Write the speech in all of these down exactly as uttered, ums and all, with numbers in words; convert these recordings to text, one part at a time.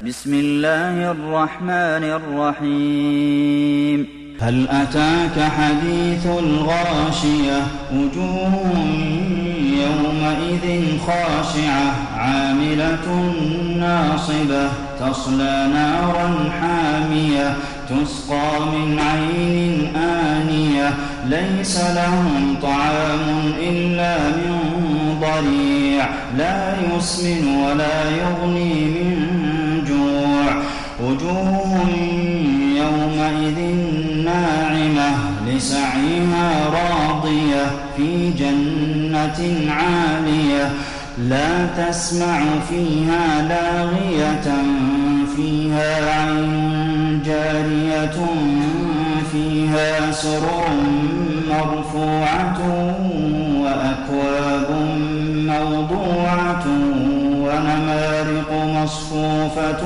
بسم الله الرحمن الرحيم هل أتاك حديث الغاشية وجوه يومئذ خاشعة عاملة ناصبة تصلى نارا حامية تسقى من عين آنية ليس لهم طعام إلا من ضريع لا يسمن ولا يغني من جوع وجوه يومئذ ناعمة لسعيها راضية في جنة عالية لا تسمع فيها لاغية فيها عين جارية فيها سرر مرفوعة وأكواب موضوعة ونمارق مصفوفة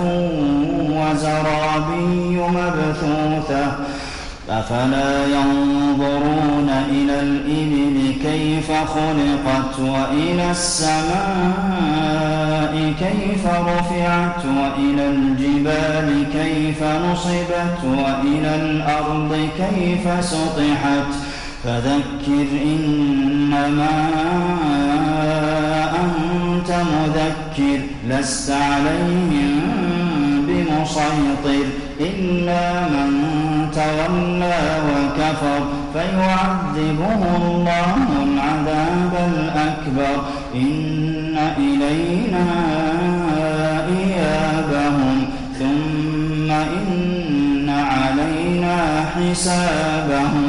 وزرابي مبثوثة أفلا ينظرون إلى الإبل كيف خلقت وإلى السماء كيف رفعت وإلى الجبال كيف نصبت وإلى الأرض كيف سطحت فذكر إنما أنت مذكر لست عليهم بمسيطر إلا من تولى وكفر فيعذبه الله العذاب الأكبر إن إلينا إيابهم ثم إن علينا حسابهم